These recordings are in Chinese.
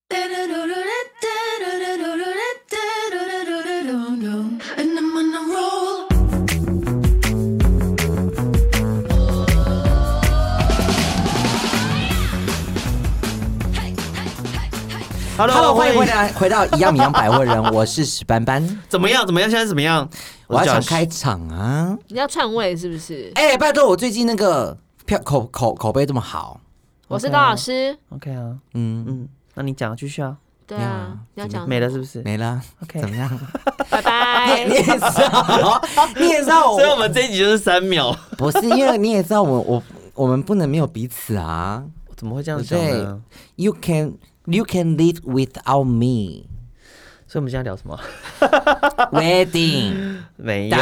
Hello， 欢迎回到一样米阳百货人，我是史斑斑。 怎么样？现在怎么样？ 我要想开场啊！ 你要篡位是不是？ 拜托，我最近那个口碑这么好。 我是高老师。 OK 啊，那你讲继续啊。 对啊，你要讲没了是不是？ 没了。 OK， 怎么样？ 拜拜。 你也知道， 所以我们这一集就是3秒。 不是，因为你也知道我们不能没有彼此啊。 怎么会这样想呢？ You can live without me。 所以我们现在聊什么 ？Wedding， 没有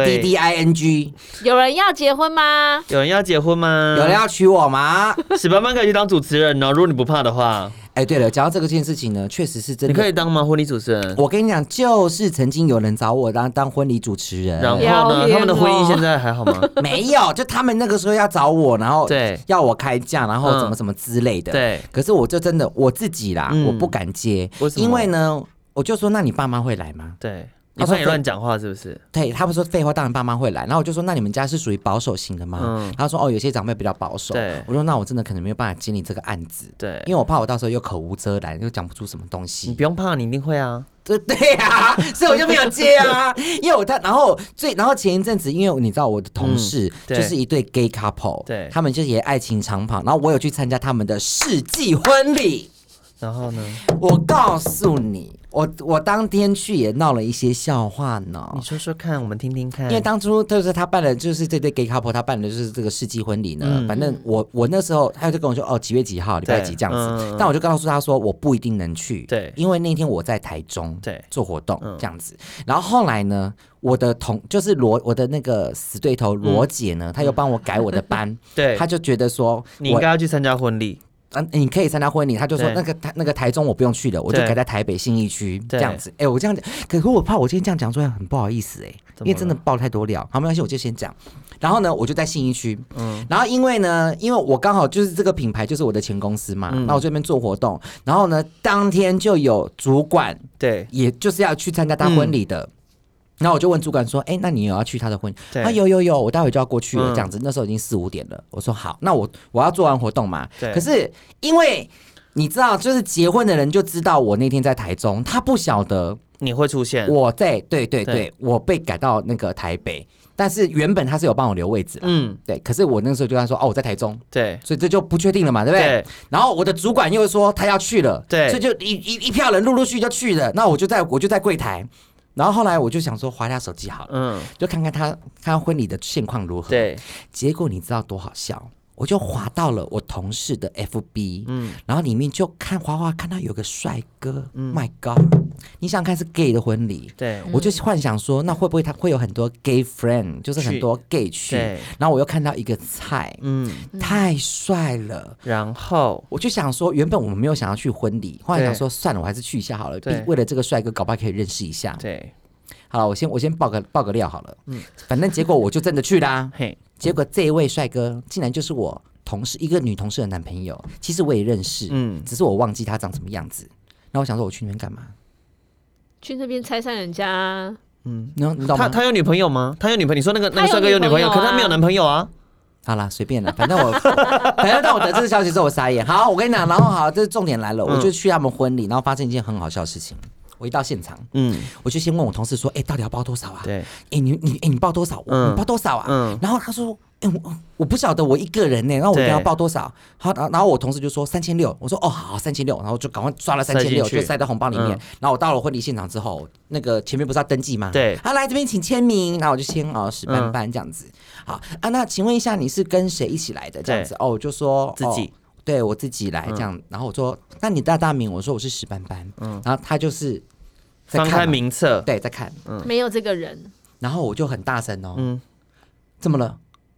WEDDING。 有人要结婚吗？ 有人要结婚吗？ 有人要娶我吗？ 史斑斑可以去当主持人哦，如果你不怕的话。 对了，讲到这件事情呢，确实是真的。 你可以当吗？婚礼主持人？ 我跟你讲，就是曾经有人找我当婚礼主持人， 然后呢，他们的婚姻现在还好吗？ 没有，就他们那个时候要找我，然后对要我开价，然后什么之类的。 对， 可是我就真的我自己啦，我不敢接， 为什么？ 因为呢，我就说，那你爸妈会来吗？ 对。你怕你乱讲话是不是？ 对，他们说废话，当然爸妈会来。然后我就说，那你们家是属于保守型的吗？他说有些长辈比较保守。 对， 我说那我真的可能没有办法经历这个案子。 对， 因为我怕我到时候又口无遮拦，又讲不出什么东西。 你不用怕，你一定会啊。 对啊，所以我就没有接啊。因为然后前一阵子，因为你知道我的同事就是一对 gay couple， 对， 他们就也爱情长跑，然后我有去参加他们的世纪婚礼。 然后呢？ 我告诉你，我当天去也闹了一些笑话呢。 你说说看，我们听听看。 因为当初就是他办的，就是这对 gay couple， 他办的就是这个世纪婚礼呢。反正我那时候他就跟我说几月几号，礼拜几这样子。但我就告诉他说我不一定能去， 对， 因为那天我在台中做活动这样子。然后后来呢，我的我的那个死对头罗姐呢，她又帮我改我的班， 对， 她就觉得说你应该要去参加婚礼。 你可以参加婚礼，他就说那个台中我不用去了，我就改在台北信义区这样子。我这样讲，可是我怕我今天这样讲出来很不好意思因为真的爆太多料。好，没关系，我就先讲。然后呢，我就在信义区，然后因为我刚好就是这个品牌就是我的前公司嘛，那我这边做活动，然后呢，当天就有主管对，也就是要去参加他婚礼的。然后我就问主管说：“那你有要去他的婚？”有，我待会就要过去了，这样子。那时候已经4、5点了。我说好，那我要做完活动嘛。可是因为你知道，就是结婚的人就知道我那天在台中，他不晓得你会出现。 我在对，我被改到那个台北，但是原本他是有帮我留位置的，对。可是我那时候就跟他说：“我在台中。”对，所以这就不确定了嘛，对不对？然后我的主管又说他要去了，对，所以就一票人陆陆续就去了。那我就在柜台。然后后来我就想说滑下手机好了，就看看婚礼的现况如何。对，结果你知道多好笑？我就滑到了我同事的 FB，然后里面就看到有个帅哥，My God！ 你想想看是 gay 的婚礼，对，我就幻想说，那会不会他会有很多 gay friend， 就是很多 gay 去，然后我又看到一个菜，太帅了，然后我就想说，原本我们没有想要去婚礼，后来想说算了，我还是去一下好了，为了这个帅哥，搞不好可以认识一下。对。好了，我先爆个料好了，反正结果我就真的去啦。结果这一位帅哥竟然就是我同事一个女同事的男朋友，其实我也认识，只是我忘记他长什么样子。然后我想说，我去那边干嘛？ 去那边拆散人家。 你知道吗？ 他有女朋友吗？他有女朋友？你说那个帅哥有女朋友，可是他没有男朋友啊。 好啦，随便啦，反正当我得知消息之后，我傻眼。好，我跟你讲，然后好，这重点来了，我就去他们婚礼，然后发生一件很好笑的事情。我一到现场，我就先问我同事说，到底要包多少啊？对，你包多少？你包多少啊？然后他说，我不晓得我一个人呢，然后我要包多少？好，然后我同事就说3600，我说好3600，然后就赶快刷了3600，就塞到红包里面。然后我到了婚礼现场之后，那个前面不是要登记吗？对，来这边请签名，然后我就签史斑斑这样子。好啊，那请问一下你是跟谁一起来的？这样子我就说自己。对我自己来这样，然后我说那你大名，我说我是史斑斑，然后他就是翻开名册， 对，在看， 没有这个人， 然后我就很大声怎么了？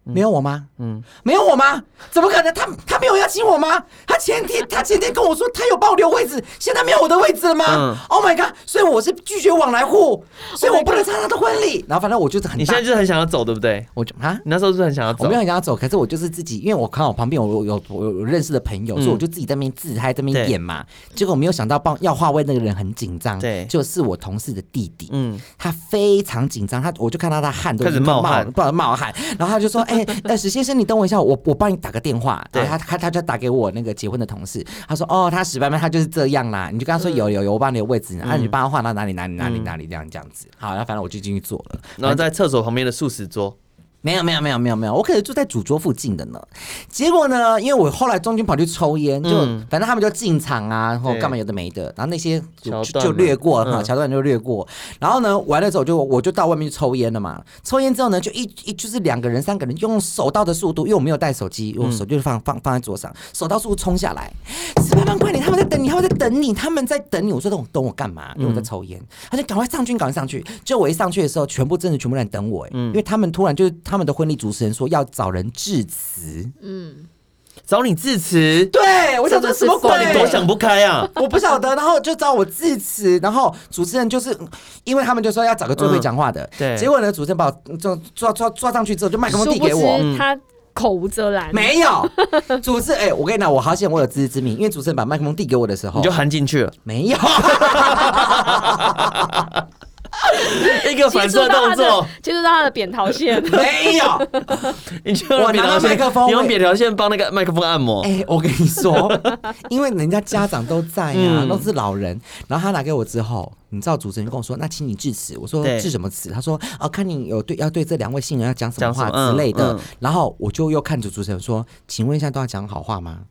没有我吗？没有我吗？怎么可能？他没有邀请我吗？他前天跟我说他有帮我留位置，现在没有我的位置了吗？Oh my god！ 所以我是拒绝往来户，所以我不能参加他的婚礼。然后反正我就是很， 你现在就是很想要走，对不对？ 我就你那时候是不是很想要走？ 我没有很想要走，可是我就是自己，因为我看我旁边我有认识的朋友，所以我就自己在那边自嗨，在那边演嘛。结果我没有想到要划位那个人很紧张，对，就是我同事的弟弟，他非常紧张，我就看到他汗都开始冒汗， 不然冒汗，然后他就说：“史先生，你等我一下，我帮你打个电话。”然后他就打给我那个结婚的同事，他说：“哦，他史班班他就是这样啦，你就跟他说有，我帮你有位置，你帮他换到哪里这样子。”好，然后反正我就进去坐了， 然后在厕所旁边的素食桌。 没有，我可能住在主桌附近的呢。结果呢，因为我后来中间跑去抽烟，就反正他们就进场啊，或干嘛有的没的，然后那些就略过哈，桥段就略过。然后呢，完了之后我就到外面去抽烟了嘛。抽烟之后呢，就就是2个人、3个人用手刀的速度，因为我没有带手机，我手就放在桌上，手刀速度冲下来。史班班快点，他们在等你，他们在等你。我说等我干嘛？因为我在抽烟。他就赶快上去。就我一上去的时候，全部人等我，因为他们突然他们的婚礼主持人说要找人致辞， 找你致辞， 对我想说什么鬼？ 你多想不开啊！ 我不晓得，然后就找我致辞，然后主持人就是因为他们就说要找个最会讲话的，对，结果呢，主持人把我抓上去之后，就麦克风递给我， 他口无遮拦， 没有主持人，我跟你讲，我好险我有自知之明，因为主持人把麦克风递给我的时候， 你就含进去了， 没有。 一个反射动作， 接触到他的扁桃腺， 没有。 我拿到麦克风，你用扁桃腺帮那个麦克风按摩。 我跟你说，因为人家家长都在啊，都是老人。然后他拿给我之后，你知道主持人跟我说：“那请你致辞。”我说：“致什么辞？”他说：“看你要对这2位新人要讲什么话之类的。”然后我就又看着主持人说：“请问一下，都要讲好话吗？”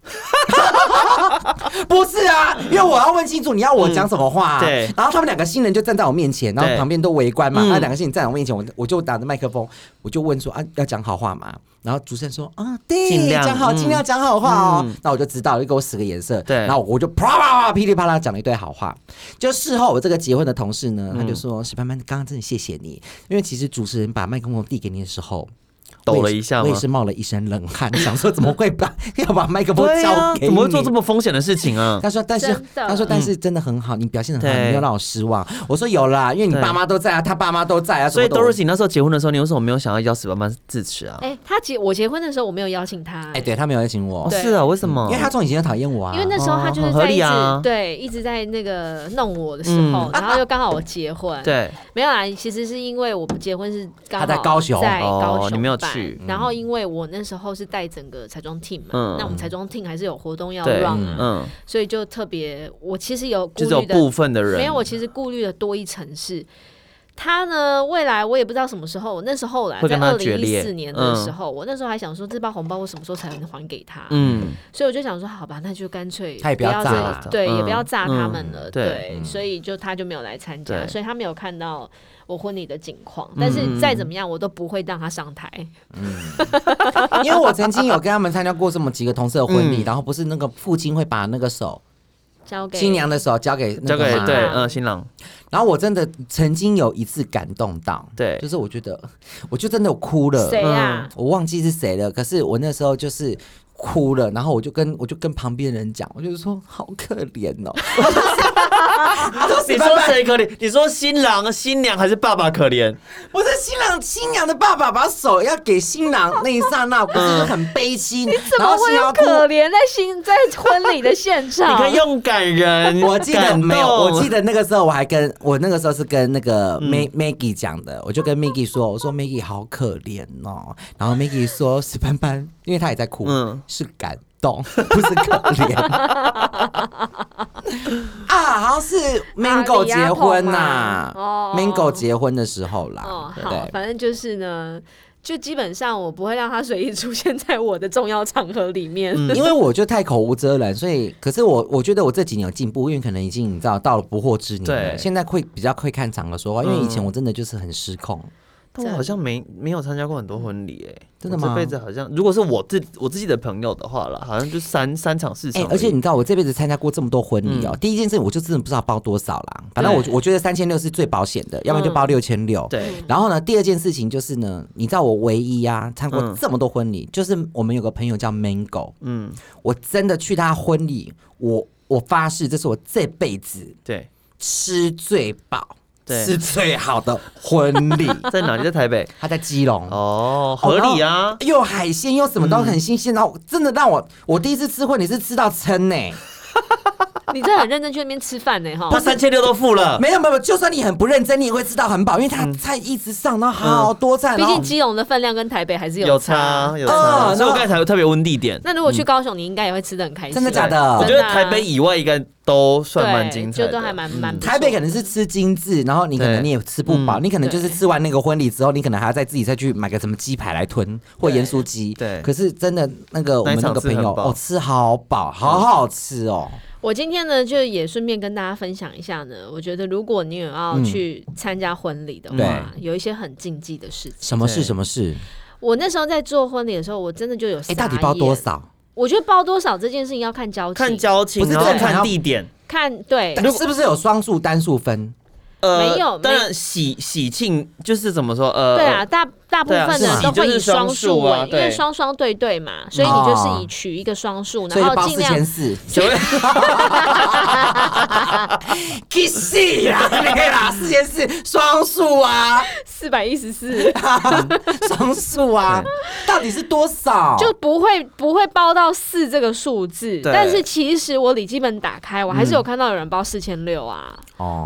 不是啊，因为我要问清楚你要我讲什么话对。然后他们2个新人就站在我面前，然后旁边都围观嘛。那2个新人站在我面前，我就打着麦克风，我就问说：“要讲好话吗？”然后主持人说：“对，尽量讲好话哦。”那我就知道，就给我使个眼色。对，然后我就啪噼里啪啦讲了一堆好话。就事后我这个结婚的同事呢，他就说：“史班班，刚刚真的谢谢你，因为其实主持人把麦克风递给你的时候。” 抖了一下吗？ 我也是冒了一身冷汗，想说怎么会要把麦克风交给你？ 怎么会做这么风险的事情啊？ 他说，但是真的很好，你表现得很好，你没有让我失望。我说有啦，因为你爸妈都在啊，他爸妈都在啊。 所以 Dorothy 那时候结婚的时候，你为什么没有想要邀史班班致辞啊？ 我结婚的时候我没有邀请他。 对他没有邀请我。 是啊，为什么？ 因为他从以前就讨厌我啊。 因为那时候他就是在一直在那个弄我的时候，然后又刚好我结婚。对，没有啦，其实是因为我结婚是刚好他在高雄， 你没有去， 然后因为我那时候是带整个彩妆 team 嘛，那我们彩妆 team 还是有活动要 run 啊，所以就特别，我其实有顾虑的， 就是有部分的人没有，我其实顾虑的多一层是。他呢？未来我也不知道什么时候。那时候来在2014年的时候，我那时候还想说，这包红包我什么时候才能还给他？所以我就想说，好吧，那就干脆他也不要炸， 对，也不要炸他们了，对，所以他就没有来参加，所以他没有看到我婚礼的景况。但是再怎么样，我都不会让他上台。 因为我曾经有跟他们参加过这么几个同事的婚礼，然后不是那个父亲会把那个手。新娘的手交给对新郎， 然后我真的曾经有一次感动到，对，就是我觉得我就真的有哭了， 谁啊？ 我忘记是谁了，可是我那时候就是哭了，然后我就跟旁边人讲，我就说好可怜哦。 你说谁可怜？你说新郎、新娘还是爸爸可怜？ 不是新娘的爸爸把手要给新郎那一刹那，不是很悲戚？ 你怎么会有可怜在婚礼的现场？ 你可以用感人， 我记得没有，我记得那个时候我那个时候是跟那个 Maggie 讲的，我就跟 Maggie 说，我说 Maggie 好可怜哦，然后 Maggie 说史班班，因为他也在哭，是感动，不是可怜。好像是 Mango 结婚呐，Mango 结婚的时候啦。 好，反正就是呢，就基本上我不会让他随意出现在我的重要场合里面， 因为我就太口无遮拦，所以可是我觉得我这几年有进步，因为可能已经你知道到了不惑之年了，现在会比较会看场合说话，因为以前我真的就是很失控。 但我好像没有参加过很多婚礼真的吗？ 这辈子好像，如果是我自己的朋友的话啦，好像就三场4场。 而且你知道，我这辈子参加过这么多婚礼第一件事我就真的不知道包多少啦。反正我觉得3600是最保险的，要不然就包6600。对。然后呢，第二件事情就是呢，你知道我唯一参过这么多婚礼，就是我们有个朋友叫 Mango，我真的去他婚礼，我发誓这是我这辈子吃最饱。是最好的婚礼。 在哪里？在台北。 他在基隆。 合理啊， 又海鲜又什么都很新鲜，然后真的让我第一次吃婚礼是吃到撑你真的很认真去那边吃饭呢， 他3600都付了。 没有，就算你很不认真，你也会吃到很饱，因为他菜一直上，然后好多菜。 毕竟基隆的分量跟台北还是有差。 所以我刚才才会特别问地点。 那如果去高雄，你应该也会吃得很开心。 真的假的？ 我觉得台北以外应该都算蛮精彩的， 就都还蛮。 台北可能是吃精致，然后你可能你也吃不饱，你可能就是吃完那个婚礼之后，你可能还要自己再去买个什么鸡排来吞，或盐酥鸡。对。可是真的那个我们那个朋友吃好饱，好好吃哦。 我今天呢，就也顺便跟大家分享一下呢。我觉得如果你有要去参加婚礼的话，有一些很禁忌的事情。 什么事？ 我那时候在做婚礼的时候，我真的就有傻眼。 到底包多少？ 我觉得包多少这件事情要看交情， 不是看地点， 对， 是不是有双数单数分？ 没有， 当然喜庆就是怎么说？ 对啊，大部分的都会以双数为，因为双对嘛，所以你就是以取一个双数，然后尽量 4400。去死啦！那个啦，4400双数啊 ，414 双数啊，到底是多少？ 就不会包到4这个数字，但是其实我礼金本打开，我还是有看到有人包4600啊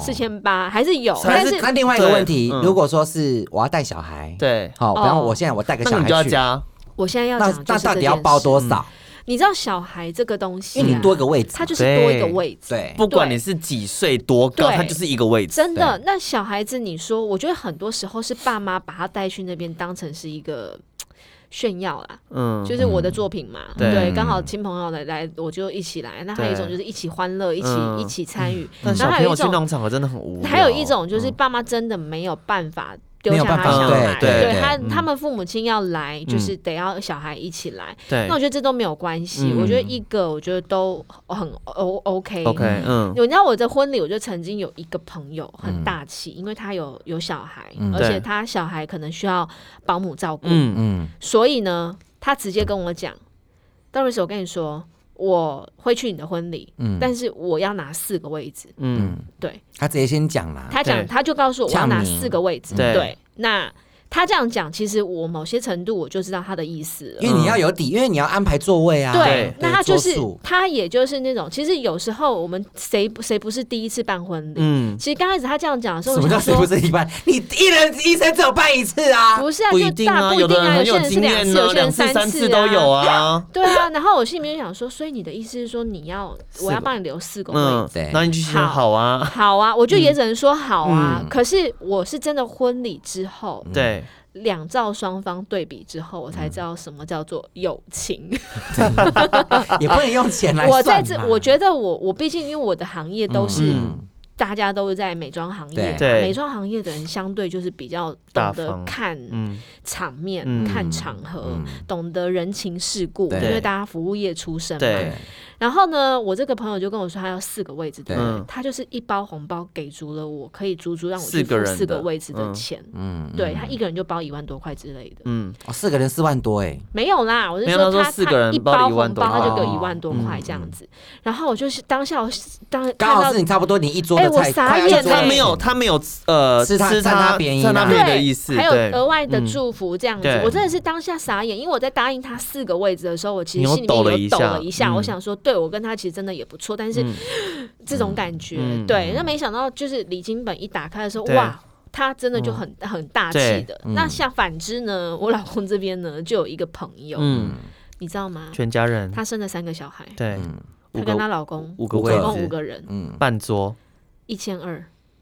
，4800还是有。但是那另外一个问题，如果说是我要带小孩， 对， 好，比方我现在我带个小孩去， 那你就要加。 我现在要讲那到底要包多少？ 你知道小孩这个东西， 因为你多一个位置， 它就是多一个位置， 对， 不管你是几岁多高，它就是一个位置。 真的，那小孩子，你说，我觉得很多时候是爸妈把他带去那边当成是一个炫耀啦，就是我的作品嘛，对，刚好亲朋友来，我就一起来。那还有一种就是一起欢乐，一起参与。 但小朋友去那种场合真的很无聊。 还有一种就是爸妈真的没有办法丢下他小孩，对他们父母亲要来，就是得要小孩一起来。那我觉得这都没有关系，我觉得都很 OK。你知道我的婚礼，我就曾经有一个朋友很大气，因为他有小孩，而且他小孩可能需要保姆照顾，所以呢，他直接跟我讲，Doris，我跟你说。我会去你的婚礼，但是我要拿4个位置。对， 他直接先讲啦。 他就告诉我要拿4个位置。对，那他这样讲，其实我某些程度我就知道他的意思了， 因为你要有底，因为你要安排座位啊。 对，那他也就是那种，其实有时候我们谁不是第一次办婚礼？其实刚开始他这样讲的时候， 什么叫谁不是一般？你一生只有办1次啊？ 不是啊， 不一定啊，有的人很有经验啊，有些人2次3次都有啊。 对啊，然后我心里面就想说，所以你的意思是说我要帮你留4个位置？ 那你就说好啊， 好啊，我就也只能说好啊。可是我是真的婚礼之后， 对。 两造双方对比之后，我才知道什么叫做友情。 也不能用钱来算。 我觉得我毕竟因为我的行业都是。大家都是在美妆行业，美妆行业的人相对就是比较懂得看场面、看场合，懂得人情世故，因为大家服务业出身嘛。然后呢，我这个朋友就跟我说，他要4个位置，对，他就是一包红包给足了我，可以足让我去付4个位置的钱。对他一个人就包1万多块之类的。 4个人4万多哎， 没有啦，我是说他一包红包他就给我1万多块这样子。然后我就是当下刚好是你差不多你一桌的菜， 我傻眼， 他没有吃他便宜的意思， 还有额外的祝福这样子。我真的是当下傻眼，因为我在答应他4个位置的时候，我其实心里面有抖了一下，我想说。对，我跟他其实真的也不错，但是这种感觉，对，那没想到就是礼金本一打开的时候，哇，他真的就很大气的。那像反之呢，我老公这边呢就有一个朋友，你知道吗？ 全家人， 他生了3个小孩， 对， 他跟他老公 5个位置， 总共5个人， 半桌 1200，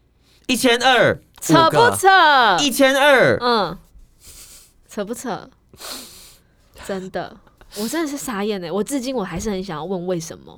扯不扯 ？1200， 扯不扯？真的。我真的是傻眼哎！我至今我还是很想要问为什么？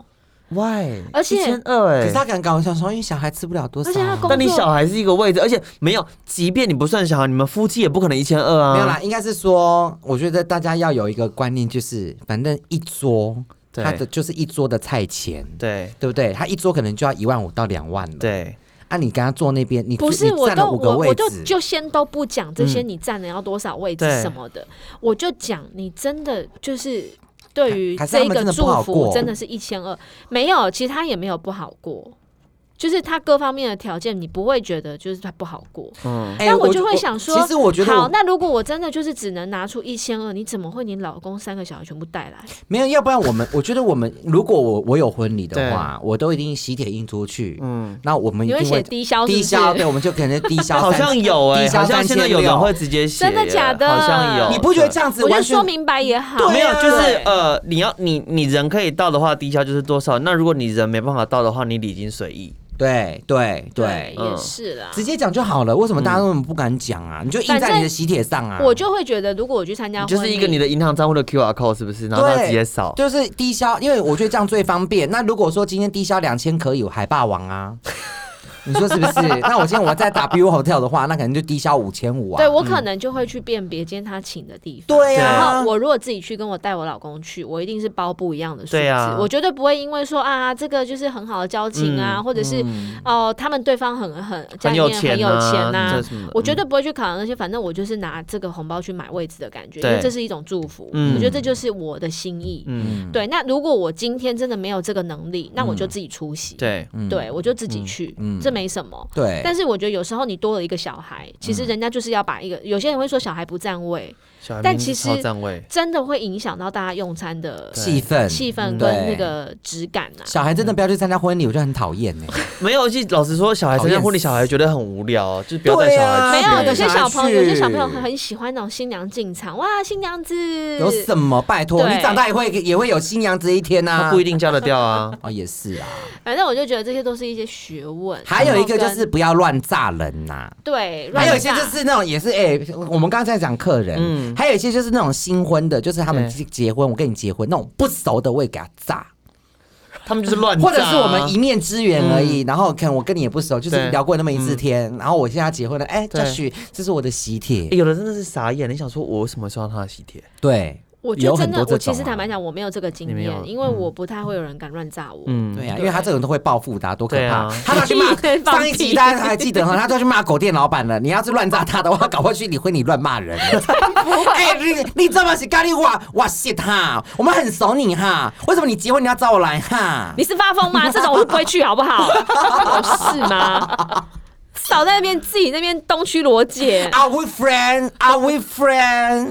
，Why？ 而且可是他敢搞笑说，因为小孩吃不了多少， 但你小孩是一个位置，而且没有，即便你不算小孩，你们夫妻也不可能1200啊。 没有啦，应该是说，我觉得大家要有一个观念，就是反正一桌。他的就是一桌的菜钱，对不对？他一桌可能就要15000到2万了。 对， 你跟他坐那边，你不是占了5个位置， 我就先都不讲这些，你占了要多少位置什么的，我就讲你真的就是对于这个祝福真的是1200，没有，其实他也没有不好过。就是他各方面的条件，你不会觉得就是他不好过，但我就会想说， 其实我觉得好，那如果我真的就是只能拿出1200，你怎么会你老公3个小孩全部带来？ 没有，要不然我觉得如果我有婚礼的话，我都一定喜帖印出去，那我们一定会写低消， 对，我们就可能低消， 好像有好像现在有人会直接写， 真的假的？ 好像有， 你不觉得这样子？ 我就说明白也好， 没有，就是你人可以到的话，低消就是多少。那如果你人没办法到的话，你礼金随意。 对， 也是啦， 直接讲就好了。为什么大家都不敢讲啊？你就印在你的喜帖上啊。 我就会觉得，如果我去参加婚礼， 就是一个你的银行账户的 QR code 是不是？然后他直接扫， 就是低消，因为我觉得这样最方便。那如果说今天低消2000可以，有海霸王啊。你说是不是？那我今天在打 BU Hotel 的话，那可能就低消5500啊。 对，我可能就会去辨别今天他请的地方。对啊。 然后我如果自己去跟我带我老公去，我一定是包不一样的数字。对啊。我绝对不会因为说这个就是很好的交情啊，或者是他们对方家里面很有钱啊，我绝对不会去考量那些。反正我就是拿这个红包去买位置的感觉，因为这是一种祝福。我觉得这就是我的心意。对。那如果我今天真的没有这个能力，那我就自己出席。对，我就自己去。这没什么， 对。 但是我觉得有时候你多了一个小孩，其实人家就是要把有些人会说小孩不占位，但其实真的会影响到大家用餐的气氛跟那个质感啊。 小孩真的不要去参加婚礼，我就很讨厌没有，老实说，小孩参加婚礼，小孩觉得很无聊，就是不要带小孩去。 没有，有些小朋友很喜欢那种新娘进场，哇，新娘子有什么？拜托，你长大也会有新娘子一天啊， 不一定嫁得掉啊。 也是啊。 反正我就觉得这些都是一些学问。 还有一个就是不要乱炸人呐。 对， 还有一些就是那种也是我们刚才讲客人，还有一些就是那种新婚的，就是他们结婚，我跟你结婚那种不熟的，我也给他炸。 他们就是乱炸， 或者是我们一面之缘而已，然后可能我跟你也不熟，就是聊过那么1次天，然后我现在结婚了，Josh，这是我的喜帖。 有的真的是傻眼，你想说我为什么收到他的喜帖？ 对。 我觉得真的，我其实坦白讲，我没有这个经验，因为我不太会有人敢乱炸我。 对啊，因为他这种都会报复的，多可怕！他要去骂上一集，大家还记得他都要去骂狗店老板了。你要是乱炸他的话，搞回去你会乱骂人。你这么是咖喱哇shit哈，我们很熟你哈，为什么你结婚你要找我来哈？ 你是发疯吗？这种我是不会去，好不好？是吗？少在那边自己那边东区罗姐。 Are we friends? Are we friends?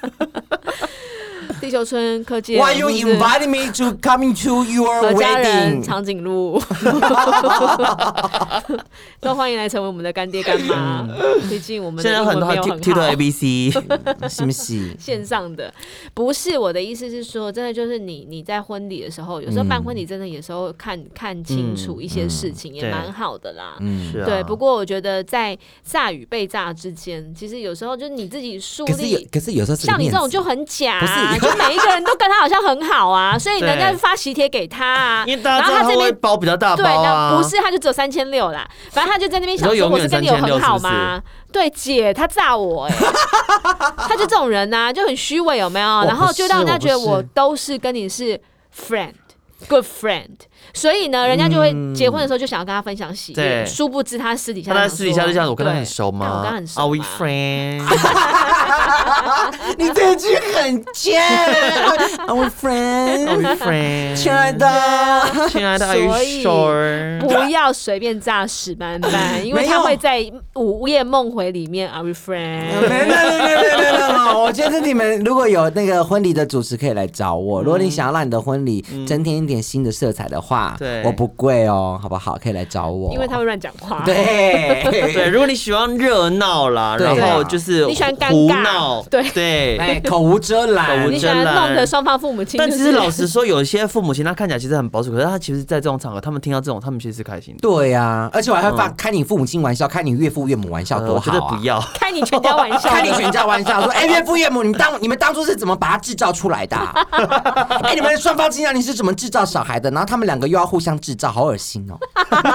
地球村科技 Why you inviting me to come to your wedding? 长颈鹿都欢迎来成为我们的干爹干妈。毕竟我们的英文没有很好。 现在很多 ABC 是不是线上的？不是，我的意思是说，真的就是你在婚礼的时候，有时候办婚礼真的有时候看清楚一些事情也蛮好的啦。对。不过我觉得在炸与被炸之间，其实有时候就是你自己树立。 可是有时候像你这种就很假啊，就每一个人都跟他好像很好啊，所以人家发喜帖给他啊， 然后他这边包比较大包啊， 对，不是他就只有3600啦，反正他就在那边想说我是跟你有很好吗？对，姐他炸我他就这种人啊，就很虚伪有没有？然后就让人家觉得我都是跟你是 good friend， 所以呢，人家就会结婚的时候就想要跟他分享喜悦，殊不知他私底下就这样，我跟他很熟吗？ 我跟他很熟 ，Are we friends？ 你这句很贱 ，Are we friends？ Are we friends？ 亲爱的 ，Are you sure？ 不要随便炸史斑斑，因为他会在午夜梦回里面 Are we friends？ 没有，我觉得你们如果有那个婚礼的主持可以来找我，如果你想要让你的婚礼增添一点新的色彩的话，我不贵哦，好不好？可以来找我， 因为他会乱讲话。 对， 如果你喜欢热闹啦，然后就是你喜欢尴尬， 对， 口无遮拦， 你喜欢弄得双方父母亲。 但其实老实说，有一些父母亲他看起来其实很保守，可是他其实在这种场合，他们听到这种，他们其实是开心的。 对啊，而且我还会开你父母亲玩笑，开你岳父岳母玩笑，多好啊！ 我觉得不要开你全家玩笑， 开你全家玩笑，说岳父岳母，你们当初是怎么把他制造出来的？你们双方亲家你是怎么制造小孩的？然后他们2个又要互相制造，好恶心哦！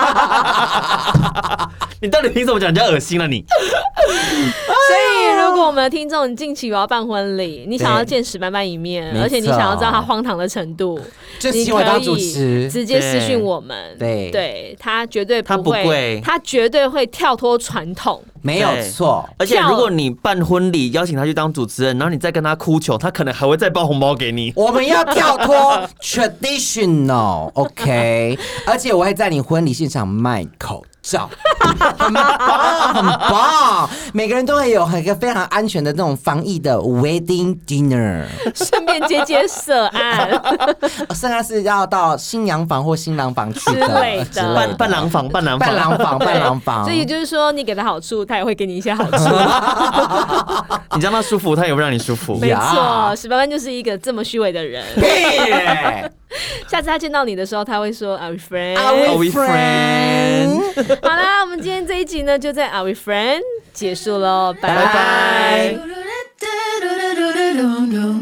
你到底凭什么讲人家恶心了你？ 所以，如果我们的听众近期有要办婚礼，你想要见史班班一面，而且你想要知道他荒唐的程度， 就请我当主持， 直接私讯我们。对，他绝对不会，他绝对会跳脱传统。 没有错， 而且如果你办婚礼邀请他去当主持人，然后你再跟他哭穷，他可能还会再包红包给你。 我们要跳脱 traditional， OK？ 而且我会在你婚礼现场卖口罩，很棒，很棒。每个人都会有一个非常安全的那种防疫的 wedding dinner， 顺便接色案。 色案是要到新娘房或新郎房去的之类的， 伴郎房。 所以就是说，你给他好处，他也会给你一些好处。 你让他舒服，他也会让你舒服。 没错，史班班就是一个这么虚伪的人。下次他见到你的时候，他会说 Are we friends? Are we friends? 好啦，我们今天这一集呢，就在 Are we friends 结束喽，拜拜。